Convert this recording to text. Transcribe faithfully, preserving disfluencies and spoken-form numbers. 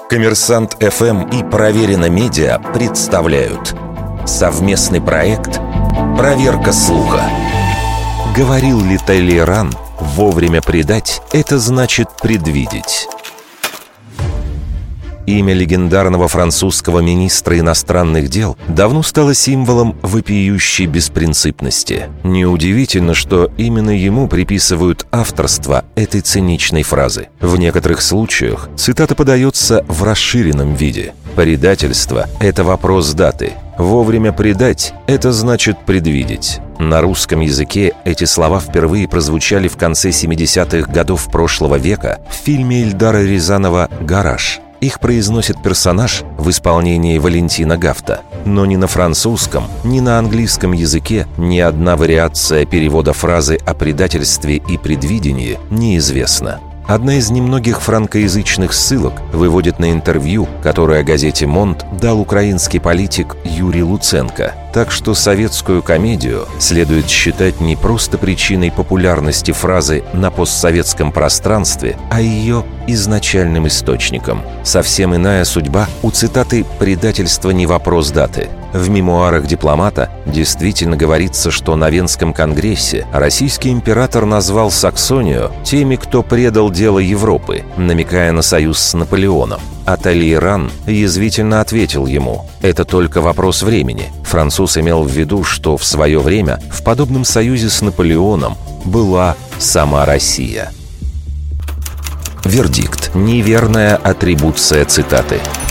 Коммерсант эф эм и Проверено Медиа представляют совместный проект «Проверка слуха». Говорил ли Толейран: вовремя предать – это значит предвидеть? Имя легендарного французского министра иностранных дел давно стало символом вопиющей беспринципности. Неудивительно, что именно ему приписывают авторство этой циничной фразы. В некоторых случаях цитата подается в расширенном виде. Предательство – это вопрос даты. Вовремя предать – это значит предвидеть. На русском языке эти слова впервые прозвучали в конце семидесятых годов прошлого века в фильме Эльдара Рязанова «Гараж». Их произносит персонаж в исполнении Валентина Гафта. Но ни на французском, ни на английском языке ни одна вариация перевода фразы о предательстве и предвидении неизвестна. Одна из немногих франкоязычных ссылок выводит на интервью, которое газете «Монт» дал украинский политик Юрий Луценко. Так что советскую комедию следует считать не просто причиной популярности фразы на постсоветском пространстве, а ее изначальным источником. Совсем иная судьба у цитаты «предательство не вопрос даты». В мемуарах дипломата действительно говорится, что на Венском конгрессе российский император назвал Саксонию теми, кто предал дело Европы, намекая на союз с Наполеоном. А Толейран язвительно ответил ему: «Это только вопрос времени». Француз имел в виду, что в свое время в подобном союзе с Наполеоном была сама Россия. Вердикт. Неверная атрибуция цитаты.